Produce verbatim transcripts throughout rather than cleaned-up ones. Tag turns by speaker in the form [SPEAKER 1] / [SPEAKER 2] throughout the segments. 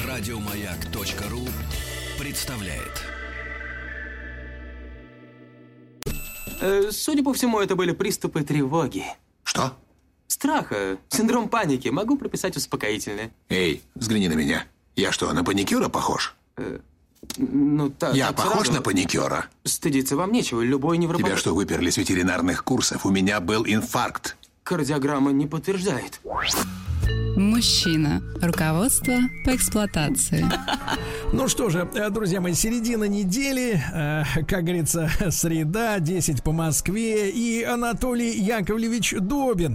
[SPEAKER 1] Радиомаяк.ру представляет.
[SPEAKER 2] Э, судя по всему, это были приступы тревоги.
[SPEAKER 3] Что?
[SPEAKER 2] Страха, синдром паники. Могу прописать успокоительное.
[SPEAKER 3] Эй, взгляни на меня. Я что, на паникюра похож?
[SPEAKER 2] Э, ну, так,
[SPEAKER 3] Я
[SPEAKER 2] так
[SPEAKER 3] похож
[SPEAKER 2] сразу.
[SPEAKER 3] на паникюра?
[SPEAKER 2] Стыдиться вам нечего. Любой невропатолог...
[SPEAKER 3] Тебя что, выперли с ветеринарных курсов? У меня был инфаркт.
[SPEAKER 2] Кардиограмма не подтверждает.
[SPEAKER 4] Мужчина. Руководство по эксплуатации.
[SPEAKER 5] Ну что же, друзья мои, середина недели, э, как говорится, среда, десять по Москве, и Анатолий Яковлевич Добин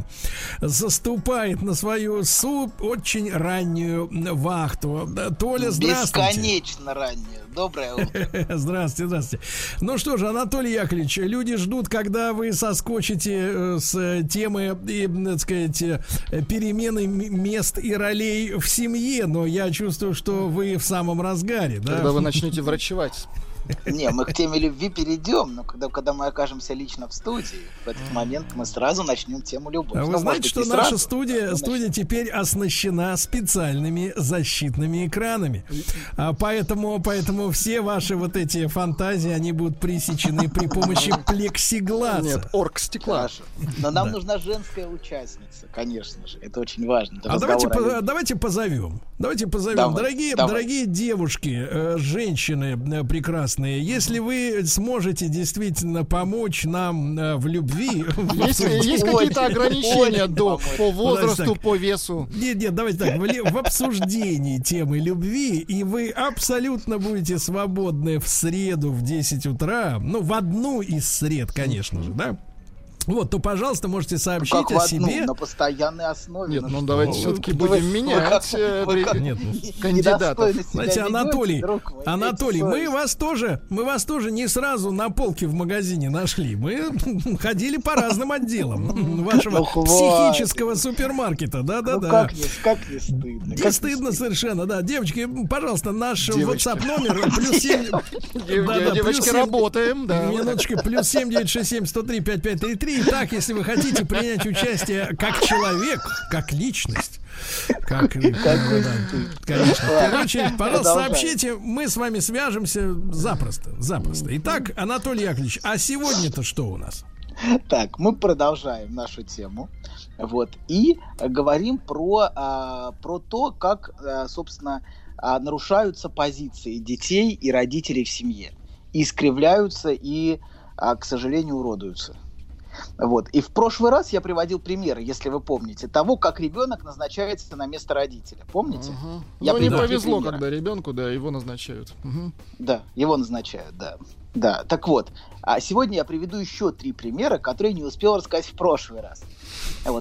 [SPEAKER 5] заступает на свою су очень раннюю вахту. Толя, здравствуйте.
[SPEAKER 6] Бесконечно раннюю. Доброе утро.
[SPEAKER 5] Здравствуйте, здравствуйте. Ну что же, Анатолий Яковлевич, люди ждут, когда вы соскочите с темы, так сказать, перемены мест и ролей в семье, но я чувствую, что вы в самом разгаре, да?
[SPEAKER 7] Когда вы начнете врачевать.
[SPEAKER 6] Не, мы к теме любви перейдем, но когда, когда мы окажемся лично в студии, в этот момент мы сразу начнем тему любви.
[SPEAKER 5] А вы
[SPEAKER 6] ну,
[SPEAKER 5] знаете, что
[SPEAKER 6] быть,
[SPEAKER 5] наша
[SPEAKER 6] сразу,
[SPEAKER 5] студия, студия теперь оснащена специальными защитными экранами. А поэтому, поэтому все ваши вот эти фантазии, они будут пресечены при помощи плексигласа.
[SPEAKER 7] Нет, оргстекла.
[SPEAKER 6] Хорошо. Но нам
[SPEAKER 5] Да.
[SPEAKER 6] нужна женская участница, конечно же. Это очень важно. Это
[SPEAKER 5] А давайте,
[SPEAKER 6] разговор о
[SPEAKER 5] по-
[SPEAKER 6] любви.
[SPEAKER 5] давайте позовем. Давайте позовем.
[SPEAKER 6] Давай,
[SPEAKER 5] дорогие,
[SPEAKER 6] давай.
[SPEAKER 5] дорогие девушки, э, женщины э, прекрасные, если вы сможете действительно помочь нам э, в любви.
[SPEAKER 7] Есть, есть
[SPEAKER 6] Очень,
[SPEAKER 7] какие-то ограничения
[SPEAKER 6] очень
[SPEAKER 7] до,
[SPEAKER 6] помочь.
[SPEAKER 7] по возрасту,
[SPEAKER 5] так.
[SPEAKER 7] по весу?
[SPEAKER 5] Нет, нет, давайте так, в, ли- в обсуждении темы любви, и вы абсолютно будете свободны в среду в десять утра, ну, в одну из сред, конечно же, да? Вот, то, пожалуйста, можете сообщить
[SPEAKER 6] Как в
[SPEAKER 5] о
[SPEAKER 6] одну,
[SPEAKER 5] себе.
[SPEAKER 6] на постоянной основе.
[SPEAKER 7] Нет, ну
[SPEAKER 6] что
[SPEAKER 7] давайте
[SPEAKER 6] вы?
[SPEAKER 7] все-таки
[SPEAKER 6] Вы-
[SPEAKER 7] будем
[SPEAKER 6] вы
[SPEAKER 7] менять
[SPEAKER 6] как-
[SPEAKER 7] э,
[SPEAKER 6] вы как
[SPEAKER 7] при-
[SPEAKER 5] Нет, ну,
[SPEAKER 7] кандидатов.
[SPEAKER 6] недостойно себя
[SPEAKER 5] Знаете,
[SPEAKER 6] ведете,
[SPEAKER 5] Анатолий,
[SPEAKER 6] друг мой,
[SPEAKER 5] Анатолий,
[SPEAKER 6] имейте
[SPEAKER 5] мы
[SPEAKER 6] совесть.
[SPEAKER 5] вас тоже, мы вас тоже не сразу на полке в магазине нашли. Мы ходили по разным отделам вашего
[SPEAKER 6] Ну, хватит.
[SPEAKER 5] психического супермаркета.
[SPEAKER 6] Ну
[SPEAKER 5] Да-да-да.
[SPEAKER 6] как не, как не стыдно?
[SPEAKER 5] Не
[SPEAKER 6] как
[SPEAKER 5] стыдно
[SPEAKER 6] стыдно?
[SPEAKER 5] совершенно, да. Девочки, пожалуйста, наш
[SPEAKER 7] Девочки.
[SPEAKER 5] WhatsApp номер плюс семь.
[SPEAKER 7] Дев-
[SPEAKER 5] Да-да,
[SPEAKER 7] Девочки,
[SPEAKER 5] плюс семь-
[SPEAKER 7] работаем, да.
[SPEAKER 5] Минуточку, плюс семь девять шесть семь сто три пять пять три три. Итак, если вы хотите принять участие как человек, как личность, как,
[SPEAKER 6] Какой
[SPEAKER 5] да,
[SPEAKER 6] стыд.
[SPEAKER 5] конечно. В первую очередь, пожалуйста,
[SPEAKER 6] Продолжаем.
[SPEAKER 5] сообщите, мы с вами свяжемся запросто, запросто. Итак, Анатолий Яковлевич, а сегодня-то что у нас?
[SPEAKER 6] Так, мы продолжаем нашу тему. Вот, и э, говорим про, а, про то, как, а, собственно, а, нарушаются позиции детей и родителей в семье. И искривляются, и, а, к сожалению, уродуются. Вот. И в прошлый раз я приводил примеры, если вы помните, того, как ребенок назначается на место родителя. Помните?
[SPEAKER 7] Мгм.
[SPEAKER 6] Я
[SPEAKER 7] Ну, не
[SPEAKER 6] приведу
[SPEAKER 7] повезло,
[SPEAKER 6] примеры.
[SPEAKER 7] когда ребенку, да, его назначают. Мгм.
[SPEAKER 6] Да, его назначают, да. Да, так вот, а сегодня я приведу еще три примера, которые не успел рассказать в прошлый раз. Вот.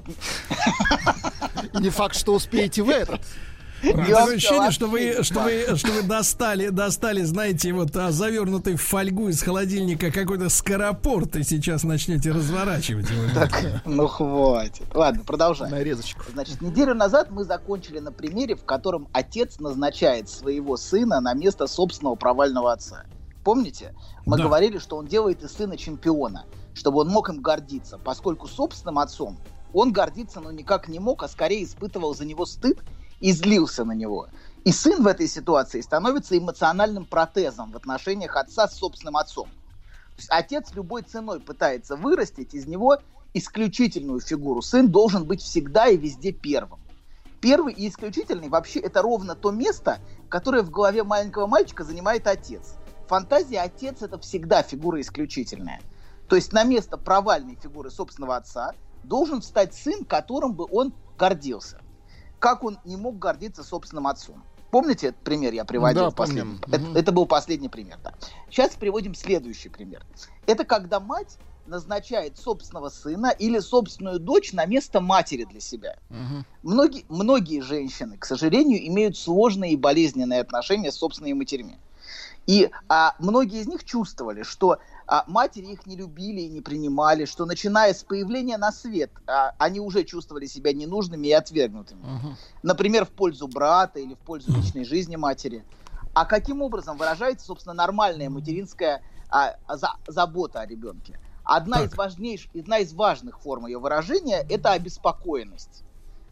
[SPEAKER 7] И не факт, что успеете в этот.
[SPEAKER 5] Такое ощущение,
[SPEAKER 6] вообще
[SPEAKER 5] что вы,
[SPEAKER 6] не
[SPEAKER 5] что вы, что вы достали, достали, знаете, вот а, завернутый в фольгу из холодильника какой-то скоропорт, и сейчас начнете разворачивать его.
[SPEAKER 6] Так, ну хватит. Ладно, продолжаем.
[SPEAKER 7] Нарезочку.
[SPEAKER 6] Значит, неделю назад мы закончили на примере, в котором отец назначает своего сына на место собственного провального отца. Помните? Мы
[SPEAKER 5] Да.
[SPEAKER 6] говорили, что он делает из сына чемпиона, чтобы он мог им гордиться, поскольку собственным отцом он гордиться ну никак не мог, а скорее испытывал за него стыд и злился на него. И сын в этой ситуации становится эмоциональным протезом в отношениях отца с собственным отцом. То есть отец любой ценой пытается вырастить из него исключительную фигуру. Сын должен быть всегда и везде первым. Первый и исключительный вообще это ровно то место, которое в голове маленького мальчика занимает отец. В фантазии отец это всегда фигура исключительная. То есть на место провальной фигуры собственного отца должен встать сын, которым бы он гордился. Как он не мог гордиться собственным отцом. Помните этот пример я приводил?
[SPEAKER 7] Да,
[SPEAKER 6] в последний?
[SPEAKER 7] помним.
[SPEAKER 6] Это,
[SPEAKER 7] Мгм.
[SPEAKER 6] это был последний пример, да. Сейчас приводим следующий пример. Это когда мать назначает собственного сына или собственную дочь на место матери для себя.
[SPEAKER 7] Мгм.
[SPEAKER 6] Многие, многие женщины, к сожалению, имеют сложные и болезненные отношения с собственными матерями. И а, многие из них чувствовали, что а, матери их не любили и не принимали, что начиная с появления на свет а, они уже чувствовали себя ненужными и отвергнутыми.
[SPEAKER 7] Мгм.
[SPEAKER 6] Например, в пользу брата или в пользу личной жизни матери. А каким образом выражается, собственно, нормальная материнская а, за- забота о ребенке? Одна
[SPEAKER 5] Так.
[SPEAKER 6] из важнейших, одна из важных форм ее выражения – это обеспокоенность.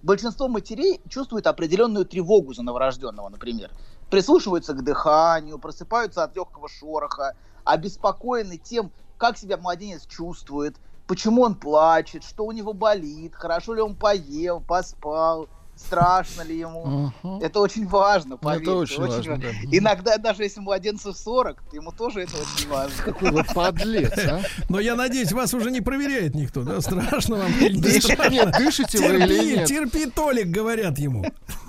[SPEAKER 6] большинство матерей чувствуют определенную тревогу за новорожденного, например. Прислушиваются к дыханию, просыпаются от легкого шороха, обеспокоены тем, как себя младенец чувствует, почему он плачет, что у него болит, хорошо ли он поел, поспал, страшно ли ему. Uh-huh. Это очень важно, поверьте.
[SPEAKER 7] Это очень, очень важно,
[SPEAKER 6] важно.
[SPEAKER 7] Да.
[SPEAKER 6] Иногда, даже если младенцу сорок, ему тоже это очень важно.
[SPEAKER 7] Какой вы подлец, а?
[SPEAKER 5] Но я надеюсь, вас уже не проверяет никто, да? Страшно вам или не страшно?
[SPEAKER 7] Нет, дышите вы или нет?
[SPEAKER 5] Терпи, Толик, говорят ему.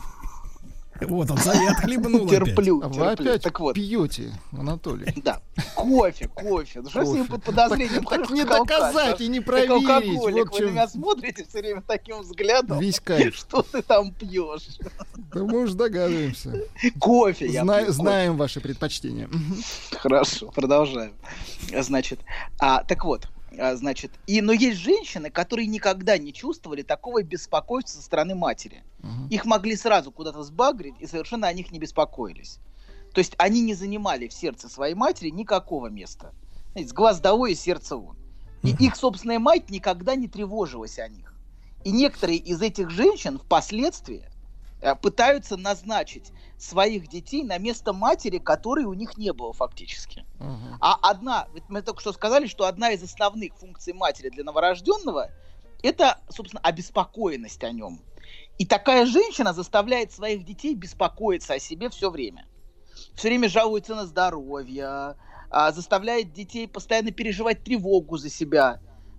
[SPEAKER 5] Вот он, Зая отхлебнул
[SPEAKER 6] терплю,
[SPEAKER 7] опять.
[SPEAKER 6] терплю.
[SPEAKER 7] А вы опять
[SPEAKER 6] так вот.
[SPEAKER 7] пьете, Анатолий?
[SPEAKER 6] Да. Кофе, кофе. Ну что с ним под подозрением?
[SPEAKER 7] Так, так не доказать и не проверить.
[SPEAKER 6] Алкоголик,
[SPEAKER 7] Вот
[SPEAKER 6] вы на меня смотрите все время таким взглядом.
[SPEAKER 7] Весь кайф.
[SPEAKER 6] Что ты там пьешь?
[SPEAKER 7] Да мы уже догадываемся.
[SPEAKER 6] Кофе я
[SPEAKER 7] Зна-
[SPEAKER 6] пью.
[SPEAKER 7] Знаем
[SPEAKER 6] кофе.
[SPEAKER 7] ваши предпочтения.
[SPEAKER 6] Хорошо, продолжаем. Значит, а, так вот. А, значит, и, но есть женщины, которые никогда не чувствовали такого беспокойства со стороны матери. Uh-huh. Их могли сразу куда-то сбагрить и совершенно о них не беспокоились. То есть они не занимали в сердце своей матери никакого места. Знаете, с глаз долой и сердце вон. И uh-huh. их собственная мать никогда не тревожилась о них. И некоторые из этих женщин впоследствии э, пытаются назначить своих детей на место матери, которой у них не было фактически. Uh-huh. А одна, ведь мы только что сказали, что одна из основных функций матери для новорожденного – это, собственно, обеспокоенность о нем. И такая женщина заставляет своих детей беспокоиться о себе все время. Все время жалуется на здоровье, заставляет детей постоянно переживать тревогу за себя,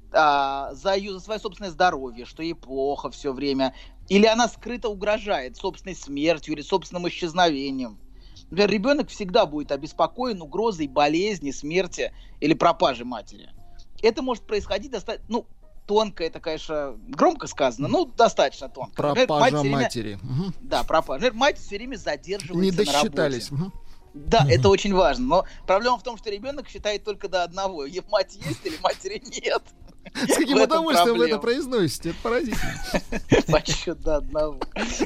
[SPEAKER 6] за, ее, за свое собственное здоровье, что ей плохо все время. Или она скрыто угрожает собственной смертью или собственным исчезновением. Например, ребенок всегда будет обеспокоен угрозой болезни, смерти или пропажи матери. Это может происходить достаточно, ну, тонко, это, конечно, громко сказано, но достаточно тонко.
[SPEAKER 7] Пропажа
[SPEAKER 6] Например, мать
[SPEAKER 7] матери.
[SPEAKER 6] Время, да, пропажа. Например, мать все время задерживается
[SPEAKER 7] Не досчитались.
[SPEAKER 6] на работе. Да, угу. Это очень важно. Но проблема в том, что ребенок считает только до одного. Мать есть или матери нет.
[SPEAKER 7] С каким удовольствием вы это произносите? Это поразительно.
[SPEAKER 6] Подсчет до одного.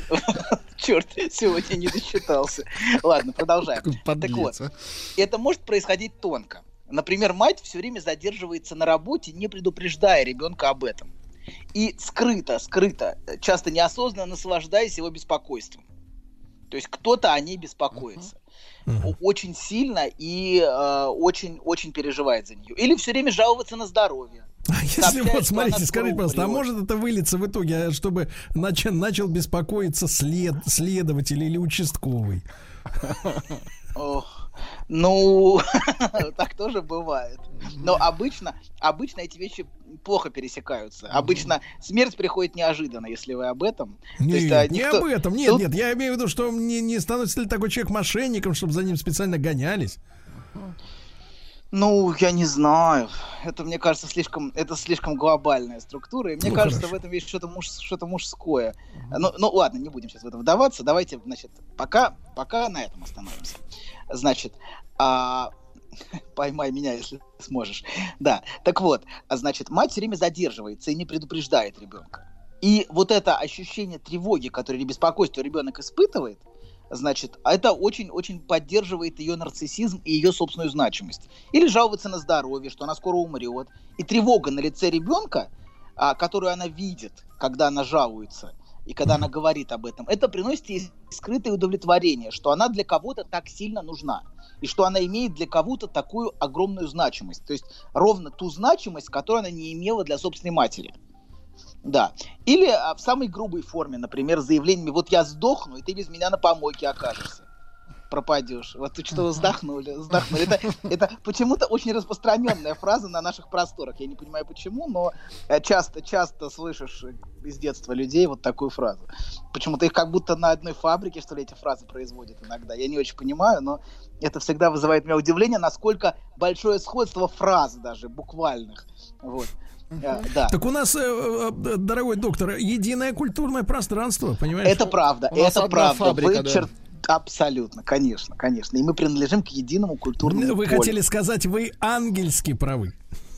[SPEAKER 6] Черт, сегодня не досчитался. Ладно, продолжаем. Так вот, это может происходить тонко. Например, мать все время задерживается на работе, не предупреждая ребенка об этом. И скрыто, скрыто, часто неосознанно наслаждаясь его беспокойством. То есть кто-то о ней беспокоится. Uh-huh. Очень сильно и э, очень, очень переживает за нее. Или все время жаловаться на здоровье.
[SPEAKER 5] А если вот, смотрите, скажите, пожалуйста, а может это вылиться в итоге, чтобы нач- начал беспокоиться след, следователь или участковый?
[SPEAKER 6] Ох, ну, так тоже бывает. Но обычно, обычно эти вещи плохо пересекаются. Обычно смерть приходит неожиданно, если вы об этом.
[SPEAKER 5] Нет,
[SPEAKER 6] То есть, а,
[SPEAKER 5] не
[SPEAKER 6] никто...
[SPEAKER 5] об этом, нет,
[SPEAKER 6] Тут...
[SPEAKER 5] нет. Я имею в виду, что не, не становится ли такой человек мошенником, чтобы за ним специально гонялись?
[SPEAKER 6] Ну, я не знаю. Это, мне кажется, слишком, это слишком глобальная структура. И мне
[SPEAKER 5] ну,
[SPEAKER 6] кажется,
[SPEAKER 5] хорошо.
[SPEAKER 6] в этом есть что-то, муж, что-то мужское. Uh-huh. Ну, ну, ладно, не будем сейчас в это вдаваться. Давайте, значит, пока, пока на этом остановимся. Значит, а... поймай меня, если сможешь. Да, так вот, значит, мать все время задерживается и не предупреждает ребенка. И вот это ощущение тревоги, которое или беспокойство ребенок испытывает, значит, это очень-очень поддерживает ее нарциссизм и ее собственную значимость. Или жаловаться на здоровье, что она скоро умрет. И тревога на лице ребенка, а, которую она видит, когда она жалуется, и когда она говорит об этом, это приносит ей скрытое удовлетворение, что она для кого-то так сильно нужна. И что она имеет для кого-то такую огромную значимость. То есть ровно ту значимость, которую она не имела для собственной матери. Да. Или а, в самой грубой форме, например, заявлениями: вот я сдохну, и ты без меня на помойке окажешься. Пропадешь. Вот тут что, вздохнули, вздохнули. Это, это почему-то очень распространенная фраза на наших просторах. Я не понимаю почему, но часто-часто слышишь из детства людей вот такую фразу. Почему-то их как будто на одной фабрике, что ли, эти фразы производят иногда. Я не очень понимаю, но это всегда вызывает у меня удивление, насколько большое сходство фраз даже, буквальных. Вот. Uh, да.
[SPEAKER 5] Так у нас, дорогой доктор, единое культурное пространство, понимаешь?
[SPEAKER 6] Это правда, это правда. Фабрика, вы чер... да. Абсолютно, конечно, конечно. И мы принадлежим к единому культурному
[SPEAKER 5] Вы
[SPEAKER 6] полю.
[SPEAKER 5] хотели сказать, вы ангельски правы.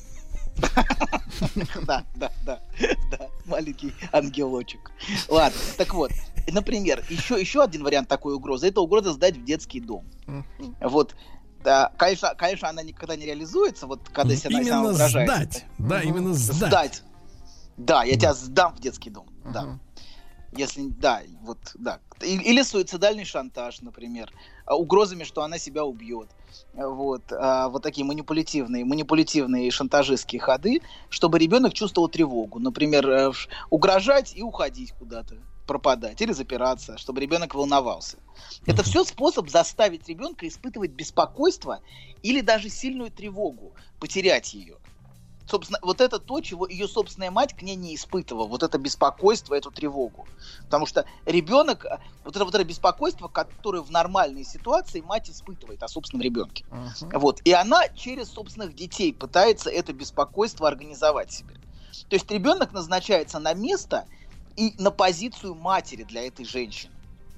[SPEAKER 6] Да, да, да, да, маленький ангелочек. Ладно, так вот, например, еще, еще один вариант такой угрозы, это угроза сдать в детский дом. Вот. Да, конечно, конечно, она никогда не реализуется, вот когда если она,
[SPEAKER 5] именно
[SPEAKER 6] она угрожает.
[SPEAKER 5] Сдать, да,
[SPEAKER 6] угу.
[SPEAKER 5] именно сдать.
[SPEAKER 6] Сдать. Да, я тебя сдам в детский дом, uh-huh. да. Если, да, вот, да. Или суицидальный шантаж, например, угрозами, что она себя убьет. Вот, вот такие манипулятивные, манипулятивные шантажистские ходы, чтобы ребенок чувствовал тревогу. Например, угрожать и уходить куда-то, пропадать или запираться, чтобы ребенок волновался. Это все способ заставить ребенка испытывать беспокойство или даже сильную тревогу, потерять ее. Собственно, вот это то, чего ее собственная мать к ней не испытывала. Вот это беспокойство, эту тревогу. Потому что ребенок, вот это, вот это беспокойство, которое в нормальной ситуации мать испытывает о собственном ребенке. Uh-huh. Вот. И она через собственных детей пытается это беспокойство организовать себе. То есть ребенок назначается на место и на позицию матери для этой женщины.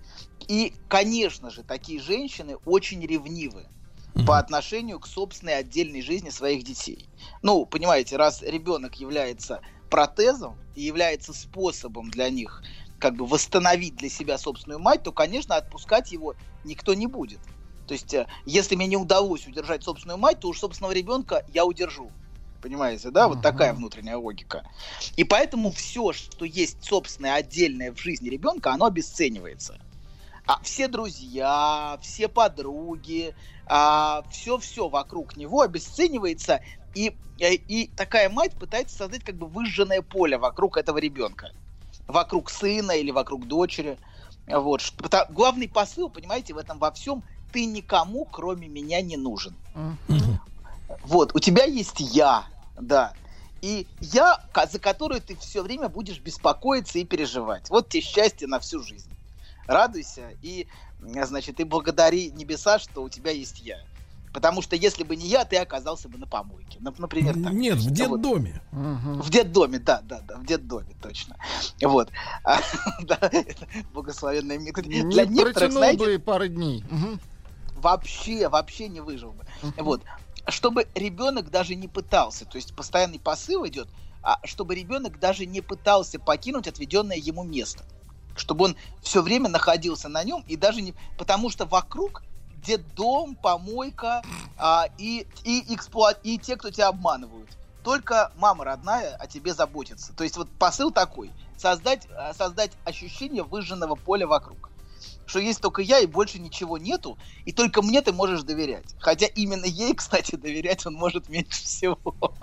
[SPEAKER 6] И, конечно же, такие женщины очень ревнивы по отношению к собственной отдельной жизни своих детей. Ну, понимаете, раз ребенок является протезом и является способом для них как бы восстановить для себя собственную мать, то, конечно, отпускать его никто не будет. То есть, если мне не удалось удержать собственную мать, то уж собственного ребенка я удержу. Понимаете, да? Вот uh-huh. такая внутренняя логика. И поэтому все, что есть собственное, отдельное в жизни ребенка, оно обесценивается. А все друзья, все подруги, а, все-все вокруг него обесценивается, и, и такая мать пытается создать как бы выжженное поле вокруг этого ребенка, вокруг сына или вокруг дочери. Вот. Главный посыл, понимаете, в этом во всем: ты никому, кроме меня, не нужен. Uh-huh. Вот, у тебя есть я, да. И я, за которую ты все время будешь беспокоиться и переживать. Вот тебе счастье на всю жизнь. Радуйся и, значит, и благодари небеса, что у тебя есть я. Потому что если бы не я, ты оказался бы на помойке. Например, так.
[SPEAKER 5] Нет, в детдоме.
[SPEAKER 6] Вот. В детдоме, да, да, да, в детдоме, точно. Вот. А, да, это благословенная миг.
[SPEAKER 7] Для не некоторых, знаете, бы пары дней. Угу.
[SPEAKER 6] Вообще, вообще не выжил бы. Угу. Вот. Чтобы ребенок даже не пытался, то есть постоянный посыл идет, а чтобы ребенок даже не пытался покинуть отведенное ему место. Чтобы он все время находился на нем, и даже не... Потому что вокруг детдом, помойка а, и, и, эксплуат... и те, кто тебя обманывают. Только мама родная о тебе заботится. То есть вот посыл такой: создать, создать ощущение выжженного поля вокруг. Что есть только я, и больше ничего нету, и только мне ты можешь доверять. Хотя именно ей, кстати, доверять он может меньше всего.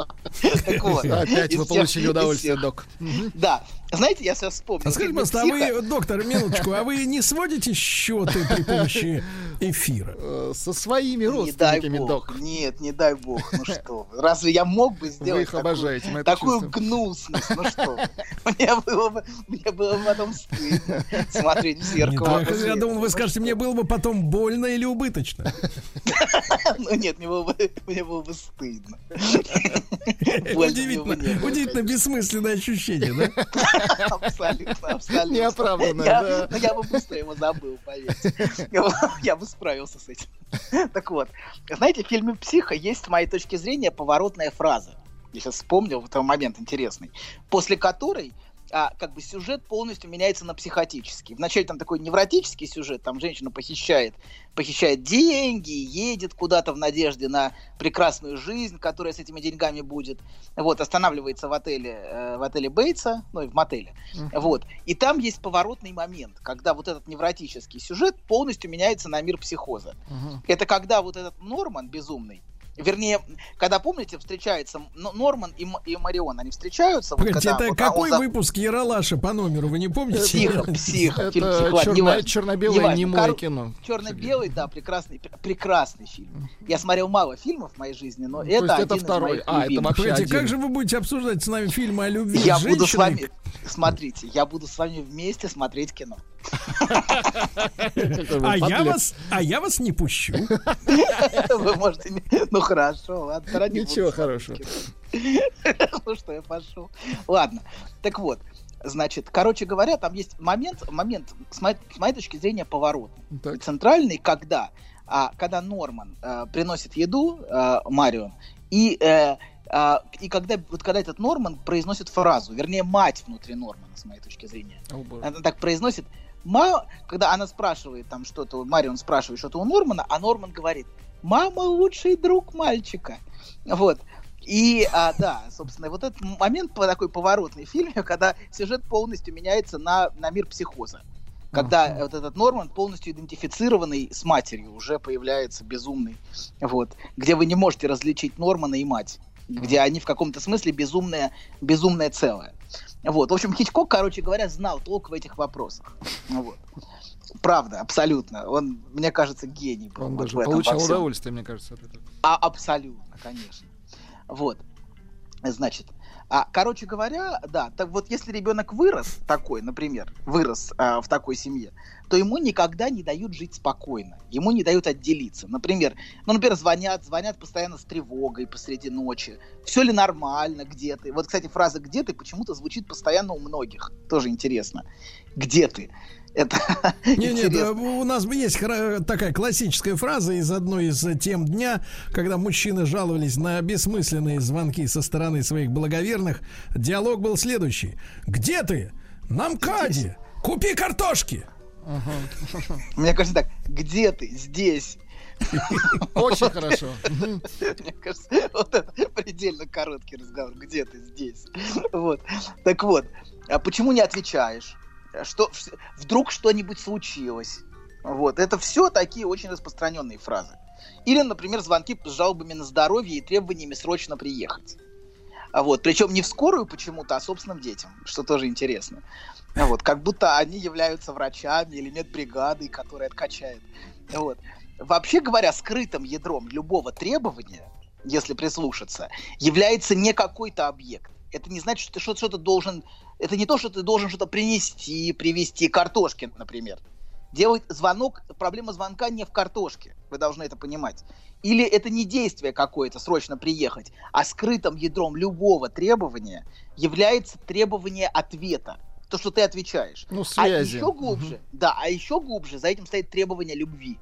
[SPEAKER 7] Опять вы получили удовольствие, док.
[SPEAKER 6] Да. Знаете, я сейчас вспомнил.
[SPEAKER 5] А скажите, пожалуйста, а вы, доктор, минуточку, а вы не сводите счеты при помощи эфира?
[SPEAKER 7] Со своими родственниками, док.
[SPEAKER 6] Нет, не дай бог. Ну что, разве я мог бы сделать такую гнусность? Ну что, мне было бы потом стыдно смотреть в зеркало.
[SPEAKER 5] Я думал, вы скажете, мне было бы потом больно или убыточно.
[SPEAKER 6] Ну нет, мне было бы, мне было бы стыдно.
[SPEAKER 5] Удивительно, удивительно бессмысленное ощущение, да?
[SPEAKER 6] Абсолютно, абсолютно.
[SPEAKER 7] Неоправданно,
[SPEAKER 6] я,
[SPEAKER 7] да.
[SPEAKER 6] Но я бы быстро его забыл, поверьте. Я бы справился с этим. Так вот, знаете, в фильме «Психо» есть, с моей точки зрения, поворотная фраза. Я сейчас вспомнил в этот момент интересный. После которой а, как бы сюжет полностью меняется на психотический. Вначале там такой невротический сюжет, там женщина похищает, похищает деньги, едет куда-то в надежде на прекрасную жизнь, которая с этими деньгами будет. Вот, останавливается в отеле, э, в отеле Бейтса, ну и в мотеле. Uh-huh. Вот. И там есть поворотный момент, когда вот этот невротический сюжет полностью меняется на мир психоза. Uh-huh. Это когда вот этот Норман безумный, вернее, когда, помните, встречаются Норман и, и Марион, они встречаются.
[SPEAKER 5] Погодите,
[SPEAKER 6] вот,
[SPEAKER 5] это
[SPEAKER 6] вот,
[SPEAKER 5] какой
[SPEAKER 6] он...
[SPEAKER 5] выпуск Ералаша по номеру, вы не помните?
[SPEAKER 6] Психо, психо.
[SPEAKER 7] Это
[SPEAKER 6] фильм «Психо»,
[SPEAKER 7] черно- черно-белое немое Кор... кино.
[SPEAKER 6] Черно-белый, да, прекрасный, прекрасный фильм. Я смотрел мало фильмов в моей жизни, но
[SPEAKER 7] То
[SPEAKER 6] это один
[SPEAKER 7] это второй.
[SPEAKER 6] из моих
[SPEAKER 7] а,
[SPEAKER 6] любимых.
[SPEAKER 7] Это
[SPEAKER 5] Погодите, как же вы будете обсуждать с нами фильмы о любви
[SPEAKER 6] я
[SPEAKER 5] с
[SPEAKER 6] буду с вами,
[SPEAKER 5] женщиной?
[SPEAKER 6] смотрите, я буду с вами вместе смотреть кино.
[SPEAKER 5] А я вас, а я вас не пущу.
[SPEAKER 6] Вы можете... Ну хорошо, ладно.
[SPEAKER 7] Ничего хорошего.
[SPEAKER 6] Ну что, я пошел. Ладно, так вот. Значит, короче говоря, там есть момент, момент с моей, с моей точки зрения, поворотный. Так. Центральный, когда, а, когда Норман а, приносит еду а, Марион, и, а, а, и когда, вот, когда этот Норман произносит фразу, вернее, мать внутри Нормана, с моей точки зрения, oh, она так произносит, ма, когда она спрашивает там что-то, Марион спрашивает что-то у Нормана, а Норман говорит: «Мама лучший друг мальчика». Вот. И, а, да, собственно, вот этот момент такой поворотный в фильме, когда сюжет полностью меняется на, на мир психоза. Когда uh-huh. вот этот Норман, полностью идентифицированный с матерью, уже появляется безумный. Вот. Где вы не можете различить Нормана и мать. Где они в каком-то смысле безумное, безумное целое. Вот. В общем, Хичкок, короче говоря, знал толк в этих вопросах. Вот. Правда, абсолютно. Он, мне кажется, гений был.
[SPEAKER 8] Он
[SPEAKER 6] вот
[SPEAKER 8] даже получал удовольствие, мне кажется, от этого.
[SPEAKER 6] А, абсолютно, конечно. Вот. Значит, а, короче говоря, да, так вот если ребенок вырос такой, например, вырос а, в такой семье, то ему никогда не дают жить спокойно, ему не дают отделиться. Например, ну, например, звонят, звонят постоянно с тревогой посреди ночи. Все ли нормально, где ты? Вот, кстати, фраза «где ты» почему-то звучит постоянно у многих. Тоже интересно. Где ты? Это
[SPEAKER 5] не, нет, у нас есть такая классическая фраза из одной из тем дня, когда мужчины жаловались на бессмысленные звонки со стороны своих благоверных. Диалог был следующий: где ты? На МКАДе. Купи картошки.
[SPEAKER 6] Мне кажется так: где ты? Здесь.
[SPEAKER 8] Очень хорошо.
[SPEAKER 6] Мне кажется, вот это предельно короткий разговор. Где ты? Здесь. Вот. Так вот, а почему не отвечаешь? Что вдруг что-нибудь случилось? Вот. Это все такие очень распространенные фразы. Или, например, звонки с жалобами на здоровье и требованиями срочно приехать. Вот. Причем не в скорую почему-то, а собственным детям, что тоже интересно. Вот. Как будто они являются врачами или медбригадой, которая откачает. Вот. Вообще говоря, скрытым ядром любого требования, если прислушаться, является не какой-то объект. Это не значит, что ты что-то должен... Это не то, что ты должен что-то принести, привезти, картошки, например. Делать звонок, проблема звонка не в картошке, вы должны это понимать. Или это не действие какое-то, срочно приехать, а скрытым ядром любого требования является требование ответа. То, что ты отвечаешь.
[SPEAKER 8] Ну, связи.
[SPEAKER 6] А еще глубже, угу. да, а еще глубже за этим стоит требование любви.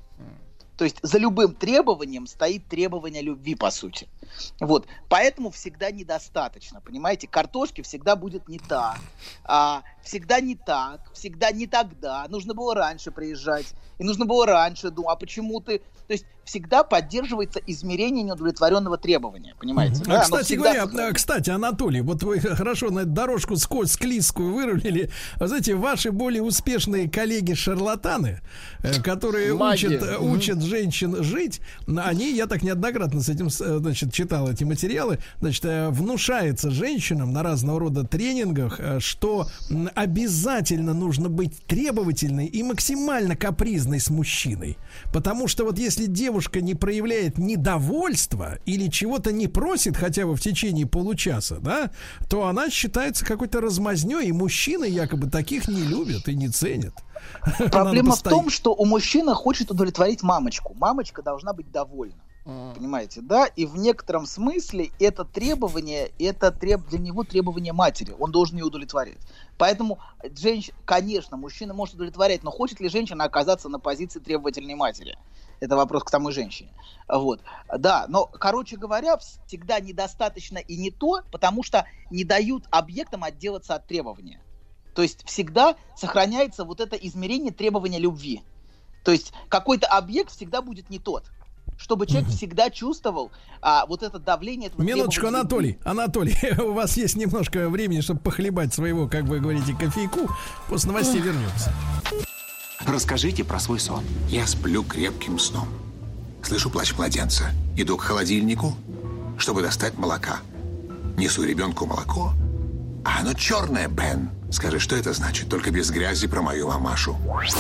[SPEAKER 6] То есть за любым требованием стоит требование любви, по сути. Вот. Поэтому всегда недостаточно, понимаете? Картошки всегда будет не та, а, всегда не так, всегда не тогда. Нужно было раньше приезжать, и нужно было раньше думать, а почему ты... То есть всегда поддерживается измерение неудовлетворенного требования, понимаете?
[SPEAKER 5] Mm-hmm.
[SPEAKER 6] Да,
[SPEAKER 5] а, кстати
[SPEAKER 6] всегда...
[SPEAKER 5] говоря, кстати, Анатолий, вот вы хорошо на эту дорожку сквозь склизкую вырулили. Знаете, ваши более успешные коллеги-шарлатаны, которые учат, mm-hmm. учат женщин жить, они, я так неоднократно с этим, значит, читал эти материалы, значит, внушается женщинам на разного рода тренингах, что обязательно нужно быть требовательной и максимально капризной с мужчиной. Потому что вот если девушка не проявляет недовольства или чего-то не просит хотя бы в течение получаса, да, то она считается какой-то размазнёй, и мужчины якобы таких не любят и не ценят.
[SPEAKER 6] Проблема в том, что у мужчины хочет удовлетворить мамочку. Мамочка должна быть довольна. Mm. Понимаете, да? И в некотором смысле это требование, это треб... для него требование матери. Он должен ее удовлетворять. Поэтому, женщ... конечно, мужчина может удовлетворять, но хочет ли женщина оказаться на позиции требовательной матери? Это вопрос к самой женщине. Вот. Да, но, короче говоря, всегда недостаточно и не то, потому что не дают объектам отделаться от требования. То есть всегда сохраняется вот это измерение требования любви. То есть какой-то объект всегда будет не тот. Чтобы человек mm-hmm. всегда чувствовал а, вот это давление этого.
[SPEAKER 5] Минуточку, Анатолий, Анатолий, у вас есть немножко времени, чтобы похлебать своего, как вы говорите, кофейку. После новостей вернемся.
[SPEAKER 1] Расскажите про свой сон.
[SPEAKER 3] Я сплю крепким сном. Слышу плач младенца. Иду к холодильнику, чтобы достать молока. Несу ребенку молоко. А оно черное, Бен. Скажи, что это значит? Только без грязи про мою мамашу.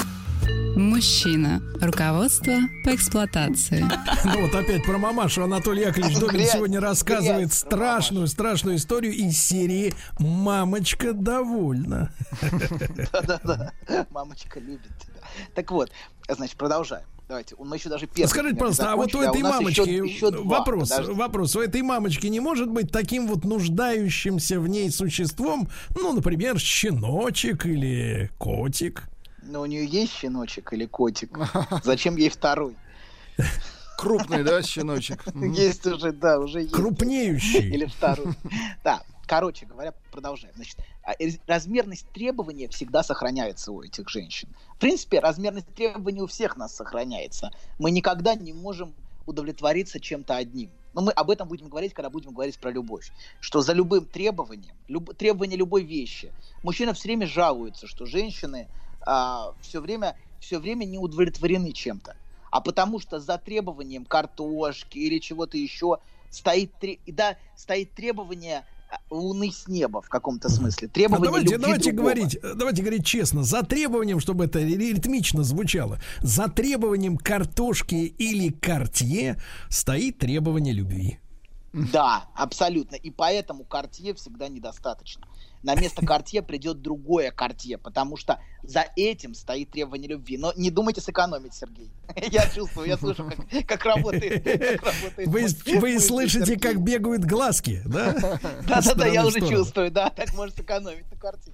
[SPEAKER 4] Мужчина. Руководство по эксплуатации.
[SPEAKER 5] Ну вот опять про мамашу Анатолий Яковлевич Добин сегодня рассказывает страшную, страшную историю из серии «Мамочка довольна».
[SPEAKER 6] Да-да-да, мамочка любит тебя. Так вот, значит, продолжаем. Давайте, мы еще даже первый.
[SPEAKER 5] Скажите, пожалуйста, а вот у этой мамочки еще, еще вопрос, два, вопрос, у этой мамочки не может быть таким вот нуждающимся в ней существом, ну, например, щеночек или котик?
[SPEAKER 6] Но у нее есть щеночек или котик. Зачем ей второй?
[SPEAKER 8] Крупный, да, щеночек?
[SPEAKER 6] Есть уже, да, уже есть.
[SPEAKER 5] Крупнеющий.
[SPEAKER 6] Или второй. Да, короче говоря, продолжаем. Значит, размерность требования всегда сохраняется у этих женщин. В принципе, размерность требований у всех нас сохраняется. Мы никогда не можем удовлетвориться чем-то одним. но мы об этом будем говорить, когда будем говорить про любовь, что за любым требованием, люб, требование любой вещи, мужчины все время жалуются, что женщины а, все время, все время не удовлетворены чем-то, а потому что за требованием картошки или чего-то еще стоит, да, стоит требование луны с неба в каком-то смысле. Требование
[SPEAKER 5] а давайте,
[SPEAKER 6] любви
[SPEAKER 5] давайте
[SPEAKER 6] другого.
[SPEAKER 5] говорить, давайте говорить честно. За требованием, чтобы это ритмично звучало, за требованием картошки или картье стоит требование любви.
[SPEAKER 6] Да, абсолютно. И поэтому картье всегда недостаточно. На место картье придет другое картье, потому что за этим стоит требование любви. Но не думайте сэкономить, Сергей. Я чувствую, я слышу, как, как работает. Как работает
[SPEAKER 5] вы
[SPEAKER 6] мой,
[SPEAKER 5] вы
[SPEAKER 6] мой
[SPEAKER 5] слышите,
[SPEAKER 6] Сергей.
[SPEAKER 5] Как бегают глазки, да?
[SPEAKER 6] Да-да-да, я уже чувствую, да, так можно сэкономить на картье.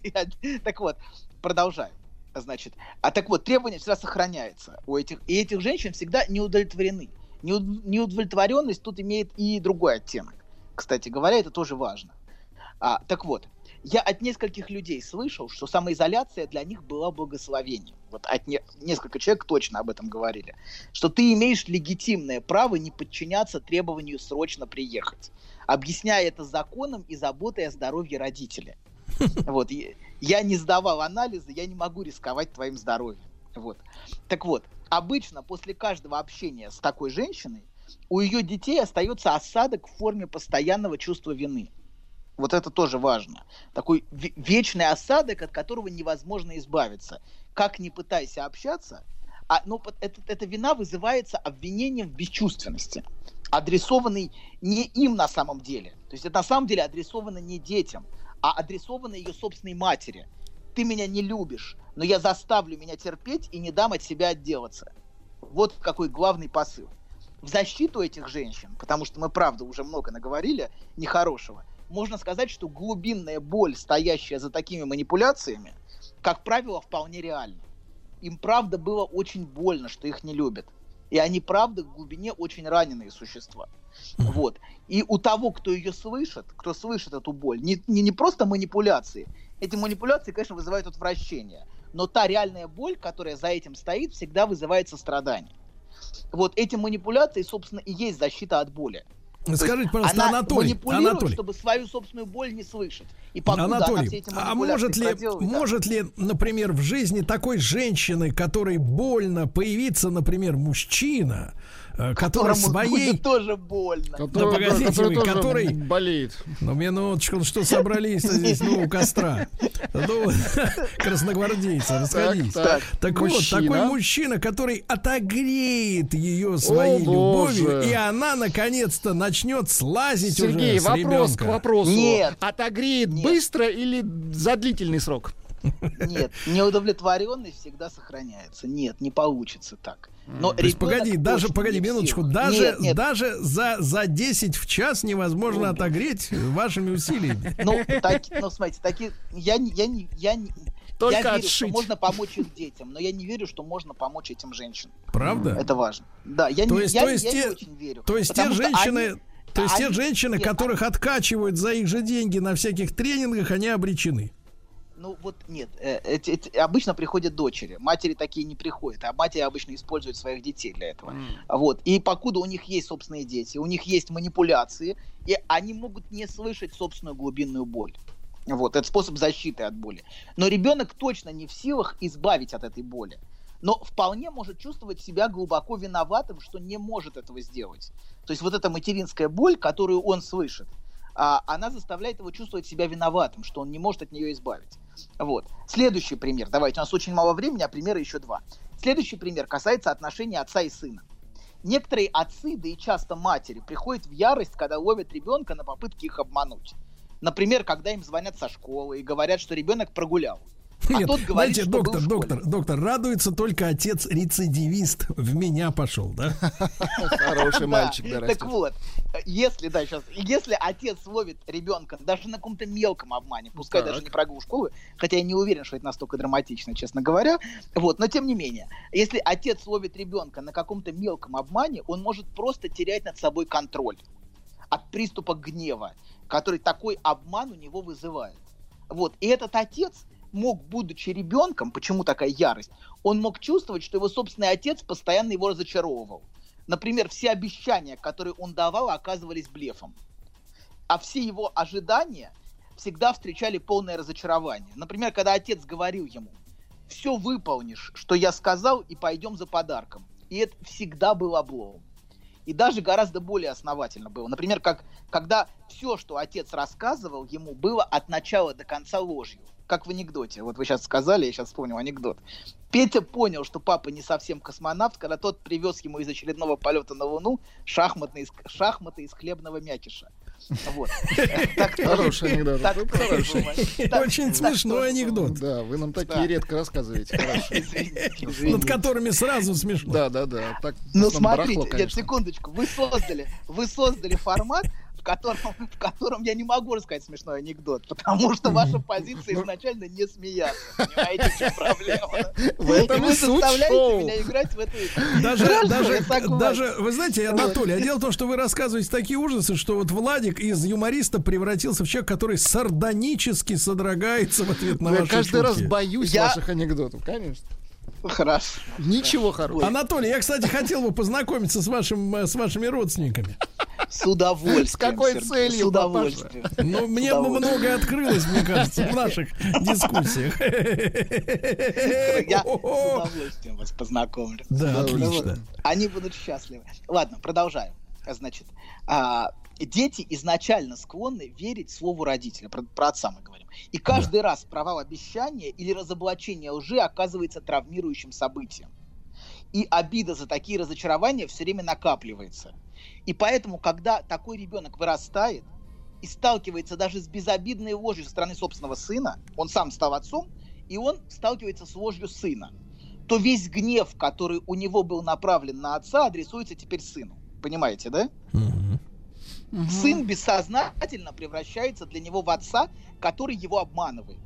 [SPEAKER 6] Так вот, продолжаю. Значит, а так вот, требование всегда сохраняется у этих, и этих женщин всегда не удовлетворены. Неудовлетворенность тут имеет и другой оттенок. Кстати говоря, это тоже важно. А, так вот, я от нескольких людей слышал, что самоизоляция для них была благословением. Вот от не, несколько человек точно об этом говорили. Что ты имеешь легитимное право не подчиняться требованию срочно приехать, объясняя это законом и заботой о здоровье родителя. Вот, я не сдавал анализы, я не могу рисковать твоим здоровьем. Вот. Так вот, обычно после каждого общения с такой женщиной у ее детей остается осадок в форме постоянного чувства вины. Вот это тоже важно. Такой в- вечный осадок, от которого невозможно избавиться. Как ни пытайся общаться, а, но это, эта вина вызывается обвинением в бесчувственности, адресованной не им на самом деле. То есть это на самом деле адресовано не детям, а адресовано ее собственной матери. Ты меня не любишь, но я заставлю меня терпеть и не дам от себя отделаться. Вот какой главный посыл. В защиту этих женщин, потому что мы, правда, уже много наговорили нехорошего, можно сказать, что глубинная боль, стоящая за такими манипуляциями, как правило, вполне реальна. Им, правда, было очень больно, что их не любят. И они, правда, в глубине очень раненые существа. Вот. И у того, кто ее слышит, кто слышит эту боль, не, не, не просто манипуляции. Эти манипуляции, конечно, вызывают отвращение. Но та реальная боль, которая за этим стоит, всегда вызывает сострадание. Вот эти манипуляции, собственно, и есть защита от боли.
[SPEAKER 5] Скажите, пожалуйста,
[SPEAKER 6] она
[SPEAKER 5] Анатолий,
[SPEAKER 6] манипулирует,
[SPEAKER 5] Анатолий.
[SPEAKER 6] чтобы свою собственную боль не слышать. И покуда
[SPEAKER 5] Анатолий,
[SPEAKER 6] она все эти
[SPEAKER 5] а
[SPEAKER 6] манипуляции
[SPEAKER 5] может ли,
[SPEAKER 6] проделывает, да.
[SPEAKER 5] может ли, например, в жизни такой женщины, которой больно появиться, например, мужчина, э, который
[SPEAKER 6] Которому
[SPEAKER 5] своей...
[SPEAKER 6] будет тоже больно.
[SPEAKER 8] Который,
[SPEAKER 5] Да погодите
[SPEAKER 8] который
[SPEAKER 5] вы,
[SPEAKER 8] тоже
[SPEAKER 5] который-
[SPEAKER 8] болеет.
[SPEAKER 5] Ну, минуточку, ну что собрались здесь, ну, у костра? Ну, красногвардейцы, расходись.
[SPEAKER 8] Так,
[SPEAKER 5] Так вот,
[SPEAKER 8] мужчина.
[SPEAKER 5] такой мужчина, который отогреет ее своей
[SPEAKER 8] О,
[SPEAKER 5] любовью,
[SPEAKER 8] Боже.
[SPEAKER 5] и она, наконец-то, начнет слазить
[SPEAKER 8] Сергей,
[SPEAKER 5] уже с
[SPEAKER 8] вопрос
[SPEAKER 5] ребенка.
[SPEAKER 8] к вопросу.
[SPEAKER 6] Нет.
[SPEAKER 8] Отогреет
[SPEAKER 6] Нет.
[SPEAKER 8] быстро или за длительный срок?
[SPEAKER 6] Нет, неудовлетворенность всегда сохраняется. Нет, не получится так. Но
[SPEAKER 5] То есть,
[SPEAKER 6] ребенок
[SPEAKER 5] погоди, даже,
[SPEAKER 6] точно
[SPEAKER 5] погоди,
[SPEAKER 6] не в
[SPEAKER 5] минуточку,
[SPEAKER 6] силах.
[SPEAKER 5] даже,
[SPEAKER 6] Нет, нет.
[SPEAKER 5] даже за, за десять в час невозможно отогреть вашими усилиями.
[SPEAKER 6] Ну, так, ну, смотрите, такие, я, не- я, не- я, не-
[SPEAKER 8] Только
[SPEAKER 6] я верю,
[SPEAKER 8] отшить.
[SPEAKER 6] что можно помочь их детям, но я не верю, что можно помочь этим женщинам.
[SPEAKER 5] Правда?
[SPEAKER 6] Это важно. Да, я,
[SPEAKER 5] То
[SPEAKER 6] не,
[SPEAKER 5] есть-
[SPEAKER 6] я,
[SPEAKER 5] то
[SPEAKER 6] не-
[SPEAKER 5] есть
[SPEAKER 6] я не
[SPEAKER 5] те-
[SPEAKER 6] очень верю.
[SPEAKER 5] То есть те
[SPEAKER 6] Потому что
[SPEAKER 5] женщины...
[SPEAKER 6] они-
[SPEAKER 5] То есть те
[SPEAKER 6] они-
[SPEAKER 5] женщины,
[SPEAKER 6] нет,
[SPEAKER 5] которых откачивают за их же деньги на всяких тренингах, они обречены.
[SPEAKER 6] Ну вот нет, э, эти- эти- обычно приходят дочери, матери такие не приходят, а матери обычно используют своих детей для этого. Вот. И покуда у них есть собственные дети, у них есть манипуляции, и они могут не слышать собственную глубинную боль. Вот. Это способ защиты от боли. Но ребенок точно не в силах избавить от этой боли. Но вполне может чувствовать себя глубоко виноватым, что не может этого сделать. То есть вот эта материнская боль, которую он слышит, а, она заставляет его чувствовать себя виноватым, что он не может от нее избавить. Вот. Следующий пример. Давайте, у нас очень мало времени, а примера еще два. Следующий пример касается отношений отца и сына. Некоторые отцы, да и часто матери, приходят в ярость, когда ловят ребенка на попытке их обмануть. Например, когда им звонят со школы и говорят, что ребенок прогулял. А
[SPEAKER 5] Нет,
[SPEAKER 6] тот говорит,
[SPEAKER 5] знаете,
[SPEAKER 6] что
[SPEAKER 5] доктор,
[SPEAKER 6] был в школе.
[SPEAKER 5] доктор, доктор, радуется только отец-рецидивист. В меня пошел, да?
[SPEAKER 8] Хороший мальчик, да,
[SPEAKER 6] Так
[SPEAKER 8] растет.
[SPEAKER 6] вот, если, да, сейчас, если отец ловит ребенка даже на каком-то мелком обмане, пускай
[SPEAKER 8] Так.
[SPEAKER 6] даже не прогул школы, хотя я не уверен, что это настолько драматично, честно говоря, вот, но тем не менее, если отец ловит ребенка на каком-то мелком обмане, он может просто терять над собой контроль от приступа гнева, который такой обман у него вызывает. Вот, и этот отец мог, будучи ребенком, почему такая ярость, он мог чувствовать, что его собственный отец постоянно его разочаровывал. например, все обещания, которые он давал, оказывались блефом. А все его ожидания всегда встречали полное разочарование. Например, когда отец говорил ему: все выполнишь, что я сказал, и пойдем за подарком. И это всегда был облом. И даже гораздо более основательно было. Например, как, когда все, что отец рассказывал ему, было от начала до конца ложью. Как в анекдоте. Вот вы сейчас сказали, я сейчас вспомнил анекдот. Петя понял, что папа не совсем космонавт, когда тот привез ему из очередного полета на Луну шахматы из, шахматы из хлебного мякиша. Вот.
[SPEAKER 8] Хороший анекдот.
[SPEAKER 5] Очень смешной анекдот.
[SPEAKER 8] Да, вы нам такие редко рассказываете.
[SPEAKER 5] Над которыми сразу смешно.
[SPEAKER 8] Да, да, да.
[SPEAKER 6] Ну смотрите, нет, секундочку. Вы создали, вы создали формат, в котором, в котором я не могу рассказать смешной анекдот, потому что ваша позиция изначально не смеяться. Понимаете, в чем проблема?
[SPEAKER 8] В этом
[SPEAKER 6] и вы
[SPEAKER 8] и суть
[SPEAKER 6] заставляете
[SPEAKER 8] шоу.
[SPEAKER 6] меня играть в эту игру.
[SPEAKER 5] Даже,
[SPEAKER 6] Хорошо,
[SPEAKER 5] даже,
[SPEAKER 6] я согласен.
[SPEAKER 5] даже, вы знаете, Анатолий, а дело в том, что вы рассказываете такие ужасы, что вот Владик из юмориста превратился в человека, который сардонически содрогается в ответ на
[SPEAKER 8] Я
[SPEAKER 5] ваши
[SPEAKER 8] каждый раз
[SPEAKER 5] шутки.
[SPEAKER 8] боюсь
[SPEAKER 6] Я-
[SPEAKER 8] ваших анекдотов, конечно.
[SPEAKER 6] Хорошо.
[SPEAKER 8] Ничего хорошего.
[SPEAKER 5] Анатолий, я, кстати, хотел бы познакомиться с, вашим, э, с вашими родственниками.
[SPEAKER 6] С удовольствием.
[SPEAKER 8] С какой
[SPEAKER 6] Сергей,
[SPEAKER 8] целью,
[SPEAKER 6] С удовольствием.
[SPEAKER 5] Ну, мне
[SPEAKER 6] С удовольствием.
[SPEAKER 5] многое открылось, мне кажется, в наших дискуссиях.
[SPEAKER 6] Я с удовольствием вас познакомлю.
[SPEAKER 5] Да, отлично.
[SPEAKER 6] Они будут счастливы. Ладно, продолжаем. Значит, а, дети изначально склонны верить слову родителя. Про, про отца мы говорим. И каждый раз провал обещания или разоблачение лжи оказывается травмирующим событием. И обида за такие разочарования все время накапливается. И поэтому, когда такой ребенок вырастает и сталкивается даже с безобидной ложью со стороны собственного сына, он сам стал отцом, и он сталкивается с ложью сына, то весь гнев, который у него был направлен на отца, адресуется теперь сыну. Понимаете, да?
[SPEAKER 5] Мгм.
[SPEAKER 6] Сын бессознательно превращается для него в отца, который его обманывает,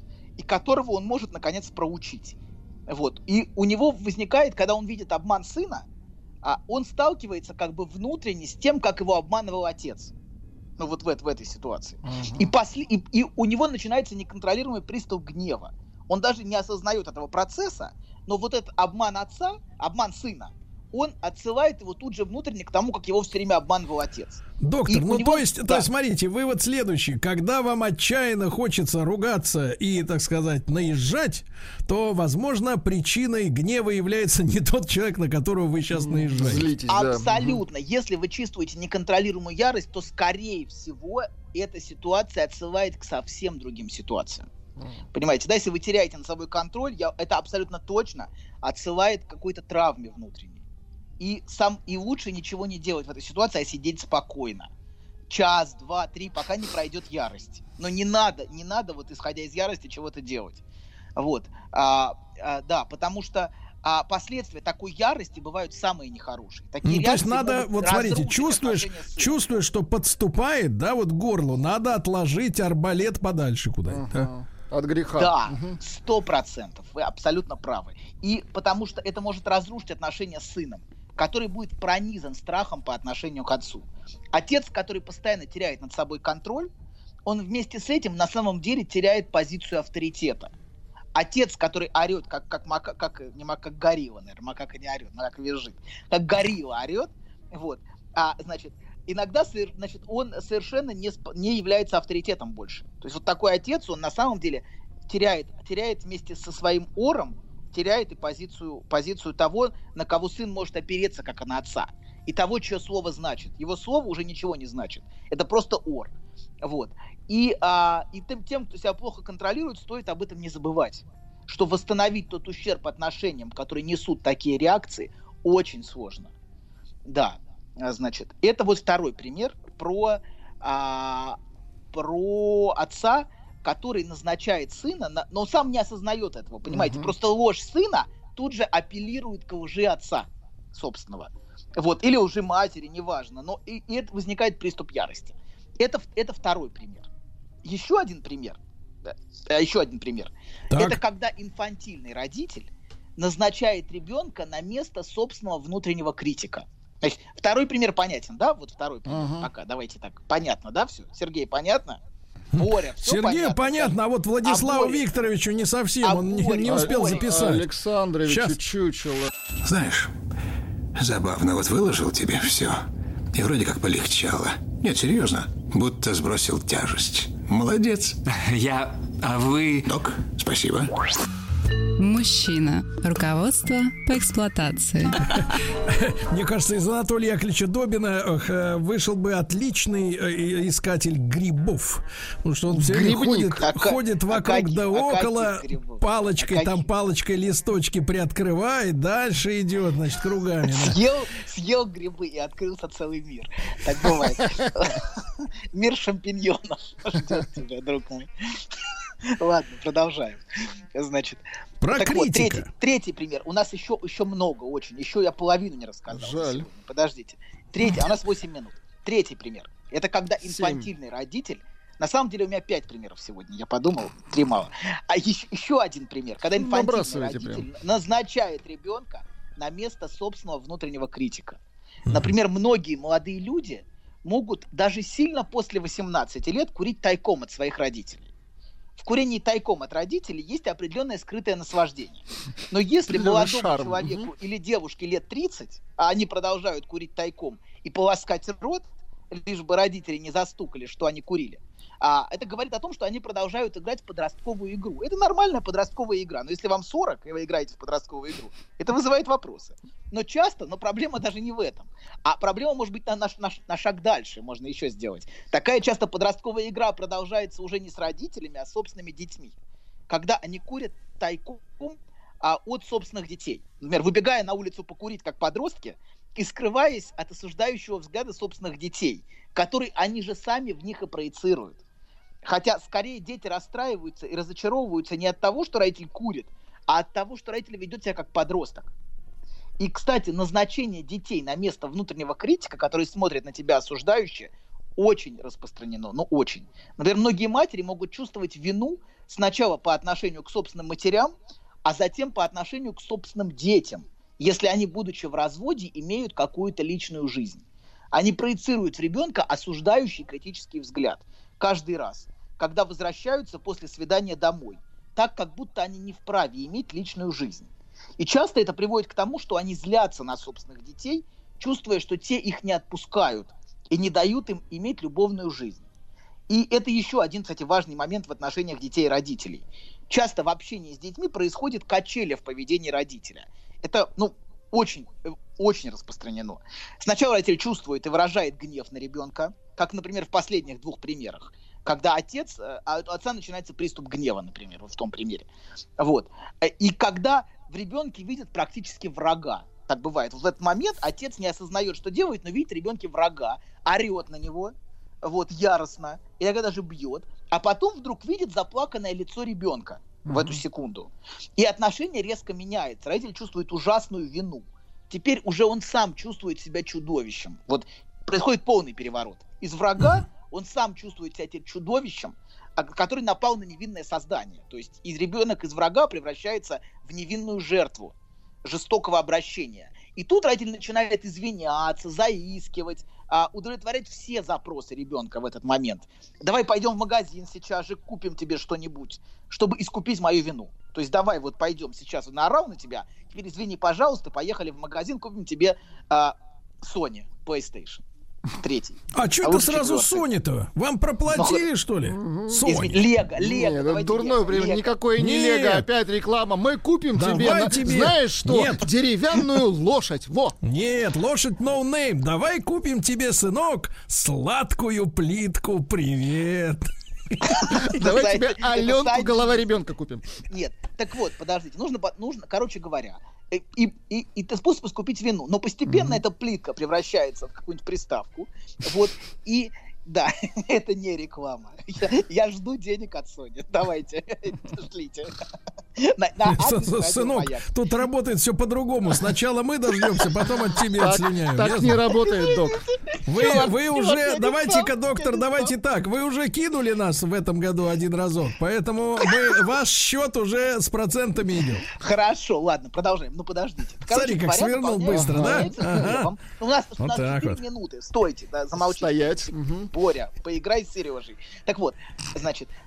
[SPEAKER 6] и которого он может, наконец, проучить. Вот. И у него возникает, когда он видит обман сына, а он сталкивается как бы внутренне с тем, как его обманывал отец. Ну вот в, в этой ситуации.
[SPEAKER 8] Ага.
[SPEAKER 6] И, после, и, и у него начинается неконтролируемый приступ гнева. Он даже не осознает этого процесса, но вот этот обман отца, обман сына, он отсылает его тут же внутренне к тому, как его все время обманывал отец.
[SPEAKER 5] Доктор,
[SPEAKER 6] И
[SPEAKER 5] ну
[SPEAKER 6] у него-
[SPEAKER 5] то есть, то
[SPEAKER 6] да.
[SPEAKER 5] есть, смотрите, вывод следующий. Когда вам отчаянно хочется ругаться и, так сказать, наезжать, то, возможно, причиной гнева является не тот человек, на которого вы сейчас наезжаете.
[SPEAKER 8] Злитесь, да.
[SPEAKER 6] Абсолютно. Если вы чувствуете неконтролируемую ярость, то, скорее всего, эта ситуация отсылает к совсем другим ситуациям. Понимаете, да, если вы теряете над собой контроль, я, это абсолютно точно отсылает к какой-то травме внутренней. И, сам, и лучше ничего не делать в этой ситуации, а сидеть спокойно. Час, два, три, пока не пройдет ярость. Но не надо, не надо вот исходя из ярости чего-то делать. Вот. А, а, да, потому что а, последствия такой ярости бывают самые нехорошие. Такие
[SPEAKER 5] Ну, то есть
[SPEAKER 6] реакции
[SPEAKER 5] надо,
[SPEAKER 6] могут
[SPEAKER 5] вот смотрите,
[SPEAKER 6] разрушить
[SPEAKER 5] чувствуешь,
[SPEAKER 6] отношения с сыном.
[SPEAKER 5] чувствуешь, что подступает, да, вот к горлу, надо отложить арбалет подальше куда-нибудь. да?
[SPEAKER 8] Ага. От греха.
[SPEAKER 6] Да,
[SPEAKER 8] Мгм.
[SPEAKER 6] сто процентов. Вы абсолютно правы. И потому что это может разрушить отношения с сыном, который будет пронизан страхом по отношению к отцу. Отец, который постоянно теряет над собой контроль, он вместе с этим на самом деле теряет позицию авторитета. Отец, который орет, как, как, мака, как, не мака, как горилла, наверное, макака не орет, макака визжит, как горилла орет, вот, а, значит, иногда, значит, он совершенно не, не является авторитетом больше. То есть вот такой отец, он на самом деле теряет, теряет вместе со своим ором, теряет и позицию, позицию того, на кого сын может опереться, как на отца. И того, чье слово значит. Его слово уже ничего не значит. Это просто ор. Вот. И, а, и тем, тем, кто себя плохо контролирует, стоит об этом не забывать. Что восстановить тот ущерб отношениям, которые несут такие реакции, очень сложно. Да, значит, это вот второй пример про, а, про отца, который назначает сына, на, но сам не осознает этого, понимаете?
[SPEAKER 8] Мгм.
[SPEAKER 6] Просто ложь сына тут же апеллирует к лжи отца собственного. Вот, или лжи матери, неважно. Но и, и это возникает приступ ярости. Это, это второй пример. Еще один пример. Да, еще один пример.
[SPEAKER 5] Так.
[SPEAKER 6] Это когда инфантильный родитель назначает ребенка на место собственного внутреннего критика. Значит, второй пример понятен, да? Вот второй пример.
[SPEAKER 8] Ага.
[SPEAKER 6] Пока, давайте так. Понятно, да, все? Сергей, понятно? Боря, все
[SPEAKER 5] Сергею понятно, а вот Владиславу
[SPEAKER 6] А Боря?
[SPEAKER 5] Викторовичу не совсем,
[SPEAKER 6] А
[SPEAKER 5] он не,
[SPEAKER 6] Боря?
[SPEAKER 5] не
[SPEAKER 6] А
[SPEAKER 5] успел
[SPEAKER 6] Боря?
[SPEAKER 5] записать.
[SPEAKER 8] Александрович
[SPEAKER 5] Щас.
[SPEAKER 8] чучело.
[SPEAKER 1] Знаешь,
[SPEAKER 3] Забавно, вот выложил тебе все. И вроде как полегчало. Нет, серьезно. Будто сбросил тяжесть. Молодец.
[SPEAKER 1] Я... А вы...
[SPEAKER 3] Док, спасибо.
[SPEAKER 4] Мужчина. Руководство по эксплуатации.
[SPEAKER 5] Мне кажется, из Анатолия Яковлевича Добина вышел бы отличный искатель грибов. Потому что он все время ходит,
[SPEAKER 6] а
[SPEAKER 5] ходит
[SPEAKER 6] а
[SPEAKER 5] вокруг
[SPEAKER 6] каких,
[SPEAKER 5] да
[SPEAKER 6] а
[SPEAKER 5] около, палочкой,
[SPEAKER 6] а
[SPEAKER 5] там палочкой листочки приоткрывает, дальше идет, значит, кругами. Да.
[SPEAKER 6] Съел, съел грибы и открылся целый мир. Так бывает. Мир шампиньонов ждет тебя, друг мой. Ладно, продолжаем. Значит,
[SPEAKER 5] про
[SPEAKER 6] так
[SPEAKER 5] критика.
[SPEAKER 6] Вот, третий, третий пример. У нас еще, еще много очень. Еще я половину не рассказал.
[SPEAKER 8] Жаль.
[SPEAKER 6] Сегодня. Подождите. Третий, а у нас восемь минут. Третий пример. Это когда инфантильный семь. Родитель. На самом деле у меня пять примеров сегодня. Я подумал, три мало. А еще, еще один пример. Когда инфантильный родитель прям. Назначает ребенка на место собственного внутреннего критика. Например, многие молодые люди могут даже сильно после восемнадцати лет курить тайком от своих родителей. В курении тайком от родителей есть определенное скрытое наслаждение. Но если молодому шарм. человеку угу. или девушке лет тридцать, а они продолжают курить тайком и полоскать рот, лишь бы родители не застукали, что они курили, а это говорит о том, что они продолжают играть в подростковую игру. Это нормальная подростковая игра. Но если вам сорок, и вы играете в подростковую игру, это вызывает вопросы. Но часто, но проблема даже не в этом. А проблема может быть на, на, на, на шаг дальше, можно еще сделать. Такая часто подростковая игра продолжается уже не с родителями, а с собственными детьми. Когда они курят тайком а, от собственных детей. Например, выбегая на улицу покурить, как подростки, и скрываясь от осуждающего взгляда собственных детей, который они же сами в них и проецируют. Хотя скорее дети расстраиваются и разочаровываются не от того, что родитель курит, а от того, что родитель ведет себя как подросток. И, кстати, назначение детей на место внутреннего критика, который смотрит на тебя осуждающе, очень распространено, ну очень. Например, многие матери могут чувствовать вину сначала по отношению к собственным матерям, а затем по отношению к собственным детям, если они, будучи в разводе, имеют какую-то личную жизнь. Они проецируют в ребенка осуждающий критический взгляд каждый раз, когда возвращаются после свидания домой, так, как будто они не вправе иметь личную жизнь. И часто это приводит к тому, что они злятся на собственных детей, чувствуя, что те их не отпускают и не дают им иметь любовную жизнь. И это еще один, кстати, важный момент в отношениях детей и родителей. Часто в общении с детьми происходит качели в поведении родителя. Это, ну, очень, очень распространено. Сначала родитель чувствует и выражает гнев на ребенка, как, например, в последних двух примерах, когда отец, а у отца начинается приступ гнева, например, вот в том примере. Вот. И когда в ребенке видят практически врага. Так бывает. Вот в этот момент отец не осознает, что делает, но видит в ребенке врага, орет на него, вот, яростно, иногда даже бьет, а потом вдруг видит заплаканное лицо ребенка в эту секунду. И отношение резко меняется. Родитель чувствует ужасную вину. Теперь уже он сам чувствует себя чудовищем. Вот происходит полный переворот. Из врага он сам чувствует себя теперь чудовищем, который напал на невинное создание. То есть из ребенок из врага превращается в невинную жертву жестокого обращения. И тут родитель начинает извиняться, заискивать, удовлетворять все запросы ребенка в этот момент. Давай пойдем в магазин сейчас же, купим тебе что-нибудь, чтобы искупить мою вину. То есть давай вот пойдем сейчас, он наорал на тебя, теперь извини, пожалуйста, поехали в магазин, купим тебе а, Sony PlayStation. Третий.
[SPEAKER 5] А что-то а сразу Sony-то? Вам проплатили, но... что ли?
[SPEAKER 6] Sony. Лего, Лего.
[SPEAKER 8] Нет, дурное время, никакое не Лего, опять реклама. Мы купим тебе, на... тебе, знаешь что, Нет. деревянную лошадь. Во.
[SPEAKER 5] Нет, лошадь no name. Давай купим тебе, сынок, сладкую плитку. Привет.
[SPEAKER 8] Давай тебе Аленку, голова ребенка купим.
[SPEAKER 6] Нет, так вот, подождите. Нужно, нужно, короче говоря, И, и, и ты способ искупить вину. Но постепенно mm-hmm. эта плитка превращается в какую-нибудь приставку. Вот. И да, это не реклама. Я, я жду денег от Sony. Давайте, ждите. На, на
[SPEAKER 5] Сынок, тут работает все по-другому. Сначала мы дождемся, потом от тебя отслиняем.
[SPEAKER 8] Так, так не работает, док.
[SPEAKER 5] Вы, вы уже, давайте-ка, доктор, давайте так. Вы уже кинули нас в этом году один разок. Поэтому мы, ваш счет уже с процентами идет.
[SPEAKER 6] Хорошо, ладно, продолжаем. Ну, подождите.
[SPEAKER 5] Короче, смотри, как свернул быстро, да?
[SPEAKER 6] Ага. У нас, вот у нас четыре вот. минуты. Стойте, да, замолчите.
[SPEAKER 8] Стоять.
[SPEAKER 6] Боря, поиграй с Сережей. Так вот, значит,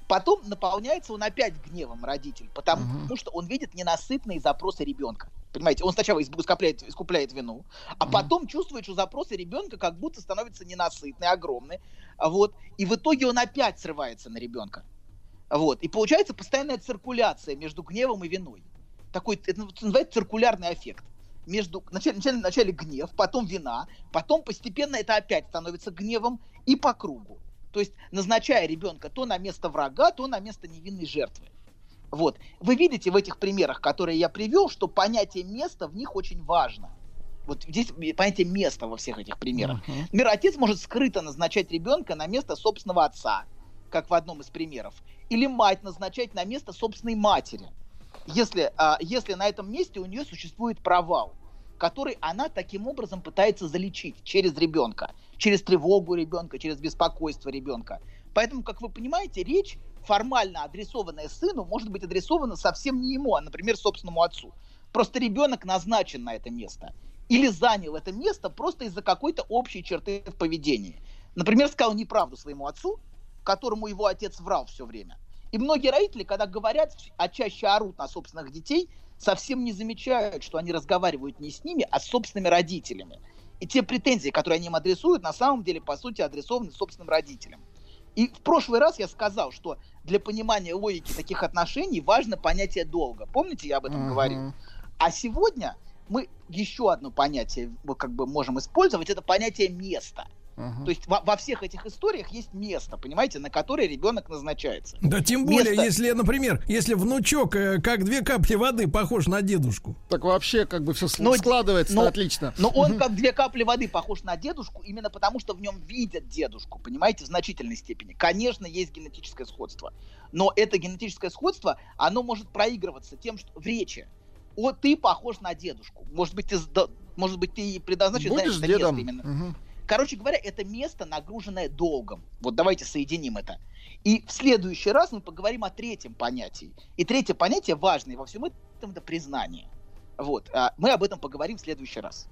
[SPEAKER 6] Потом наполняется он опять гневом, родитель, потому
[SPEAKER 8] Мгм.
[SPEAKER 6] что он видит ненасытные запросы ребенка. Понимаете, он сначала искупляет, искупляет вину, а
[SPEAKER 8] Мгм.
[SPEAKER 6] потом чувствует, что запросы ребенка как будто становятся ненасытные, огромные. Вот. И в итоге он опять срывается на ребенка. Вот. И получается постоянная циркуляция между гневом и виной. Такой, это называется циркулярный эффект. Между, вначале, вначале, вначале гнев, потом вина, потом постепенно это опять становится гневом и по кругу. То есть назначая ребенка то на место врага, то на место невинной жертвы. Вот. Вы видите в этих примерах, которые я привел, что понятие места в них очень важно. Вот здесь понятие места во всех этих примерах.
[SPEAKER 8] Мгм.
[SPEAKER 6] Например, отец может скрыто назначать ребенка на место собственного отца, как в одном из примеров, или мать назначать на место собственной матери, если, а, если на этом месте у нее существует провал, который она таким образом пытается залечить через ребенка, через тревогу ребенка, через беспокойство ребенка. Поэтому, как вы понимаете, речь, формально адресованная сыну, может быть адресована совсем не ему, а, например, собственному отцу. Просто ребенок назначен на это место. Или занял это место просто из-за какой-то общей черты в поведении. Например, сказал неправду своему отцу, которому его отец врал все время. И многие родители, когда говорят, а чаще орут на собственных детей, совсем не замечают, что они разговаривают не с ними, а с собственными родителями. И те претензии, которые они им адресуют, на самом деле, по сути, адресованы собственным родителям. И в прошлый раз я сказал, что для понимания логики таких отношений важно понятие долга. Помните, я об этом
[SPEAKER 8] Мгм.
[SPEAKER 6] говорил? А сегодня мы еще одно понятие мы как бы можем использовать, это понятие места.
[SPEAKER 8] Мгм.
[SPEAKER 6] То есть во, во всех этих историях есть место, понимаете, на которое ребенок назначается.
[SPEAKER 5] Да тем более,
[SPEAKER 6] Место-
[SPEAKER 5] если, например, если внучок, э, как две капли воды, похож на дедушку.
[SPEAKER 8] Так вообще как бы все
[SPEAKER 6] Но-
[SPEAKER 8] складывается
[SPEAKER 6] но-
[SPEAKER 8] отлично.
[SPEAKER 6] Но он как две капли воды похож на дедушку, именно потому что в нем видят дедушку, понимаете, в значительной степени. Конечно, есть генетическое сходство, но это генетическое сходство, оно может проигрываться тем, что в речи. О, ты похож на дедушку. Может быть, ты, сда- может быть, ты предназначен
[SPEAKER 8] Будешь
[SPEAKER 6] занять это место
[SPEAKER 8] дедом.
[SPEAKER 6] именно.
[SPEAKER 8] Мгм.
[SPEAKER 6] Короче говоря, это место, нагруженное долгом. Вот давайте соединим это. И в следующий раз мы поговорим о третьем понятии. И третье понятие важное во всем этом — это признание. Вот. А мы об этом поговорим в следующий раз.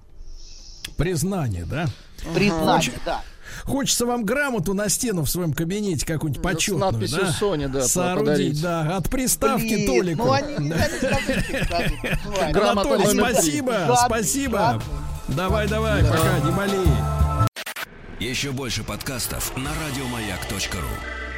[SPEAKER 5] Признание, да?
[SPEAKER 6] Признание,
[SPEAKER 5] Очень-
[SPEAKER 6] да.
[SPEAKER 5] Хочется вам грамоту на стену в своем кабинете какую-нибудь
[SPEAKER 8] С
[SPEAKER 5] почетную,
[SPEAKER 8] надписью
[SPEAKER 5] да?
[SPEAKER 8] Соня, да,
[SPEAKER 5] Соорудить,
[SPEAKER 8] подарить.
[SPEAKER 5] да, от приставки
[SPEAKER 6] Блин,
[SPEAKER 5] Толику.
[SPEAKER 6] ну они не
[SPEAKER 5] Да.
[SPEAKER 6] скажут.
[SPEAKER 8] Грамота
[SPEAKER 5] Анатолий,
[SPEAKER 8] номер три.
[SPEAKER 5] спасибо,
[SPEAKER 6] Жадный,
[SPEAKER 5] спасибо.
[SPEAKER 6] жадный.
[SPEAKER 5] Давай, давай, пока, не болей.
[SPEAKER 9] Еще больше подкастов на радиомаяк точка ру.